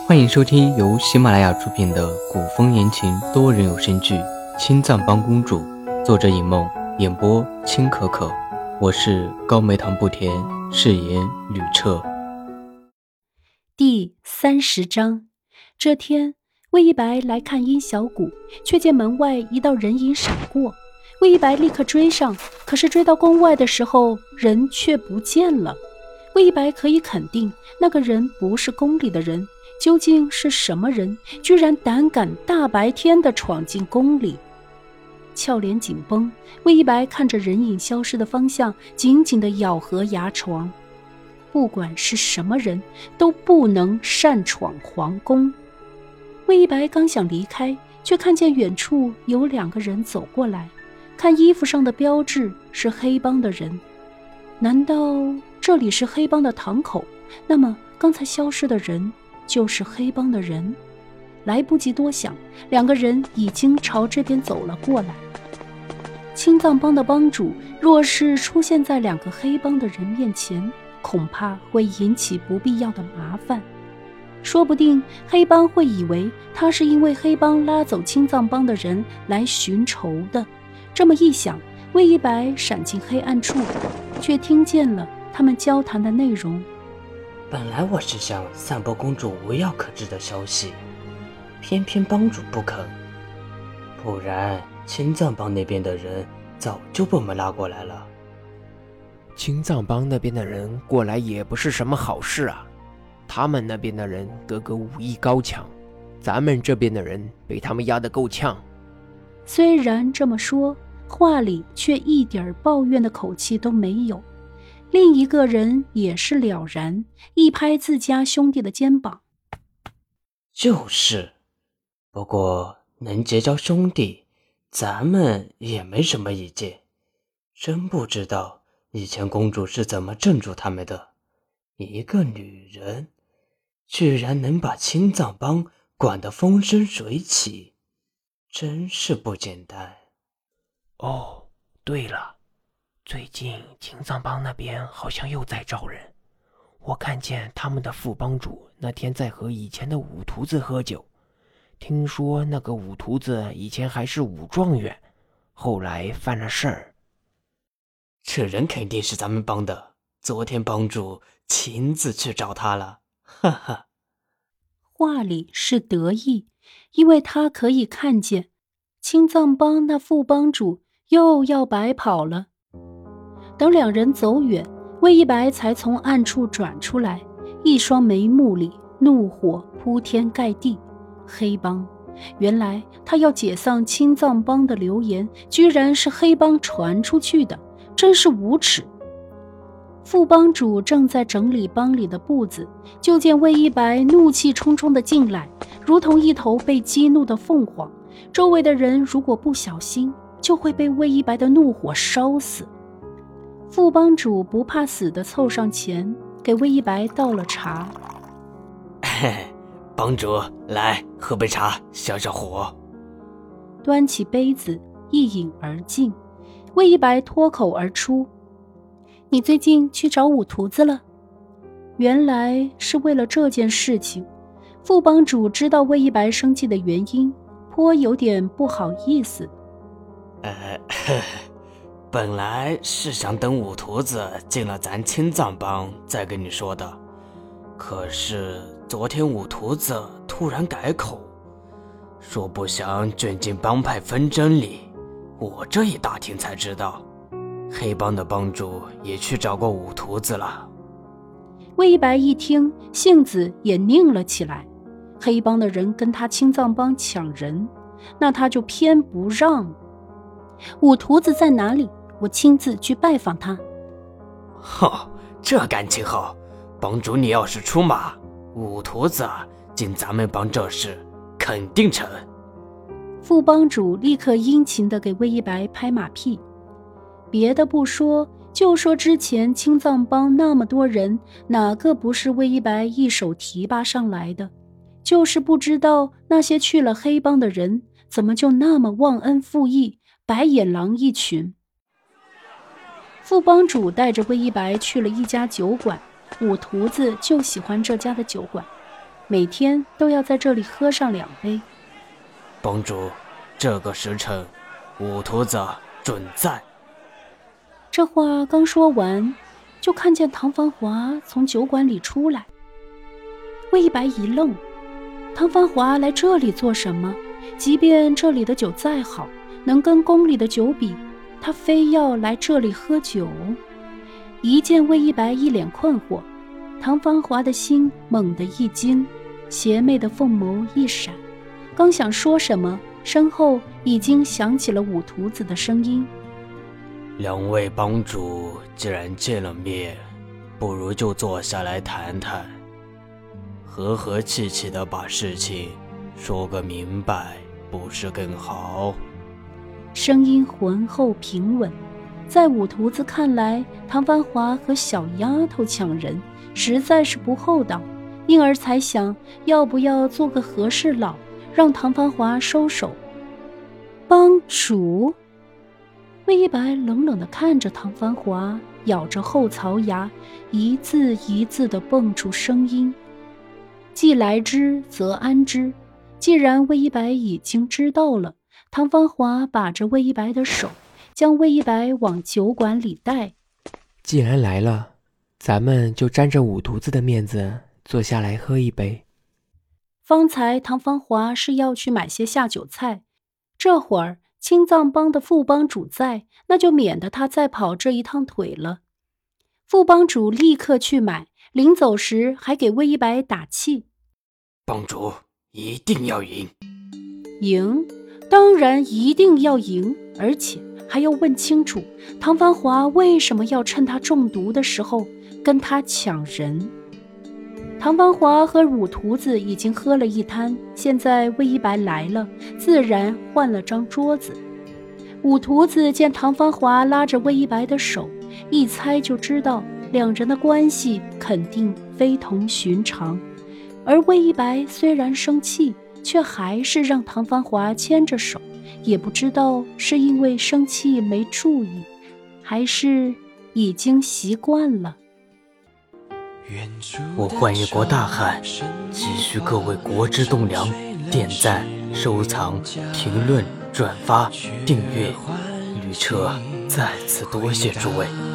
欢迎收听由喜马拉雅出品的古风言情多人有声剧《青藏帮公主》，作者尹梦，演播青可可。我是高梅糖不甜，饰演吕彻。 第30章。这天，魏一白来看殷小谷，却见门外一道人影闪过。魏一白立刻追上，可是追到宫外的时候，人却不见了。魏一白可以肯定，那个人不是宫里的人。究竟是什么人，居然胆敢大白天的闯进宫里？俏脸紧绷，魏一白看着人影消失的方向，紧紧地咬合牙床。不管是什么人，都不能擅闯皇宫。魏一白刚想离开，却看见远处有2个人走过来，看衣服上的标志是黑帮的人。难道这里是黑帮的堂口？那么刚才消失的人就是黑帮的人。来不及多想，2个人已经朝这边走了过来。青藏帮的帮主若是出现在2个黑帮的人面前，恐怕会引起不必要的麻烦。说不定黑帮会以为他是因为黑帮拉走青藏帮的人来寻仇的。这么一想，魏一白闪进黑暗处，却听见了他们交谈的内容。 本来我是想散播公主无药可治的消息，偏偏帮主不肯，不然青藏帮那边的人早就被我们拉过来了。 青藏帮那边的人过来也不是什么好事啊，他们那边的人个个武艺高强，咱们这边的人被他们压得够呛。 虽然这么说，话里却一点抱怨的口气都没有。另一个人也是了然，一拍自家兄弟的肩膀。 就是，不过能结交兄弟，咱们也没什么意见。真不知道以前公主是怎么镇住他们的，一个女人居然能把青藏帮管得风生水起，真是不简单。 哦，对了，最近青藏帮那边好像又在招人，我看见他们的副帮主那天在和以前的武徒子喝酒，听说那个武徒子以前还是武状元，后来犯了事儿。 这人肯定是咱们帮的，昨天帮主亲自去找他了，哈哈。 话里是得意，因为他可以看见青藏帮那副帮主又要白跑了。等2人走远，魏一白才从暗处转出来，一双眉目里怒火铺天盖地。黑帮，原来他要解散青藏帮的流言，居然是黑帮传出去的，真是无耻。副帮主正在整理帮里的步子，就见魏一白怒气冲冲地进来，如同一头被激怒的凤凰，周围的人如果不小心，就会被魏一白的怒火烧死。副帮主不怕死地凑上前，给魏一白倒了茶。 帮主，来喝杯茶消消火。 端起杯子一饮而尽。魏一白脱口而出：你最近去找武徒子了？原来是为了这件事情。副帮主知道魏一白生气的原因，颇有点不好意思。 本来是想等武徒子进了咱青藏帮再跟你说的，可是昨天武徒子突然改口，说不想卷进帮派纷争里，我这一打听才知道，黑帮的帮主也去找过武徒子了。 魏一白一听，性子也拧了起来。黑帮的人跟他青藏帮抢人，那他就偏不让。武徒子在哪里？我亲自去拜访他。 这感情好，帮主你要是出马，武徒子进咱们帮这事肯定成。 副帮主立刻殷勤地给魏一白拍马屁。别的不说，就说之前青藏帮那么多人，哪个不是魏一白一手提拔上来的？就是不知道那些去了黑帮的人，怎么就那么忘恩负义，白眼狼一群。副帮主带着魏一白去了一家酒馆，武徒子就喜欢这家的酒馆。 每天都要在这里喝上2杯。 帮主，这个时辰，五徒子准在。 这话刚说完，就看见唐繁华从酒馆里出来。魏一白一愣，唐繁华来这里做什么？即便这里的酒再好，能跟宫里的酒比，他非要来这里喝酒。一见魏一白一脸困惑，唐繁华的心猛地一惊，邪魅的凤眸一闪，刚想说什么，身后已经响起了五徒子的声音： 两位帮主既然见了面，不如就坐下来谈谈，和和气气的把事情说个明白，不是更好？ 声音浑厚平稳，在五徒子看来，唐繁华和小丫头抢人实在是不厚道，因而才想要不要做个和事佬，让唐繁华收手。帮主？魏一白冷冷地看着唐繁华，咬着后槽牙，一字一字地蹦出声音：既来之则安之。既然魏一白已经知道了，唐繁华把着魏一白的手，将魏一白往酒馆里带。 既然来了，咱们就沾着五徒子的面子坐下来喝一杯。 方才唐繁华是要去买些下酒菜，这会儿青藏帮的副帮主在，那就免得他再跑这一趟腿了。副帮主立刻去买，临走时还给魏一白打气： 帮主一定要赢。 赢？当然一定要赢，而且还要问清楚唐繁华为什么要趁他中毒的时候跟他抢人。唐繁华和五徒子已经喝了一摊，现在魏一白来了，自然换了张桌子。五徒子见唐繁华拉着魏一白的手，一猜就知道两人的关系肯定非同寻常。而魏一白虽然生气，却还是让唐繁华牵着手，也不知道是因为生气没注意，还是已经习惯了。 我换一国大汉，急需各位国之栋梁点赞、收藏、评论、转发、订阅。旅车再次多谢诸位。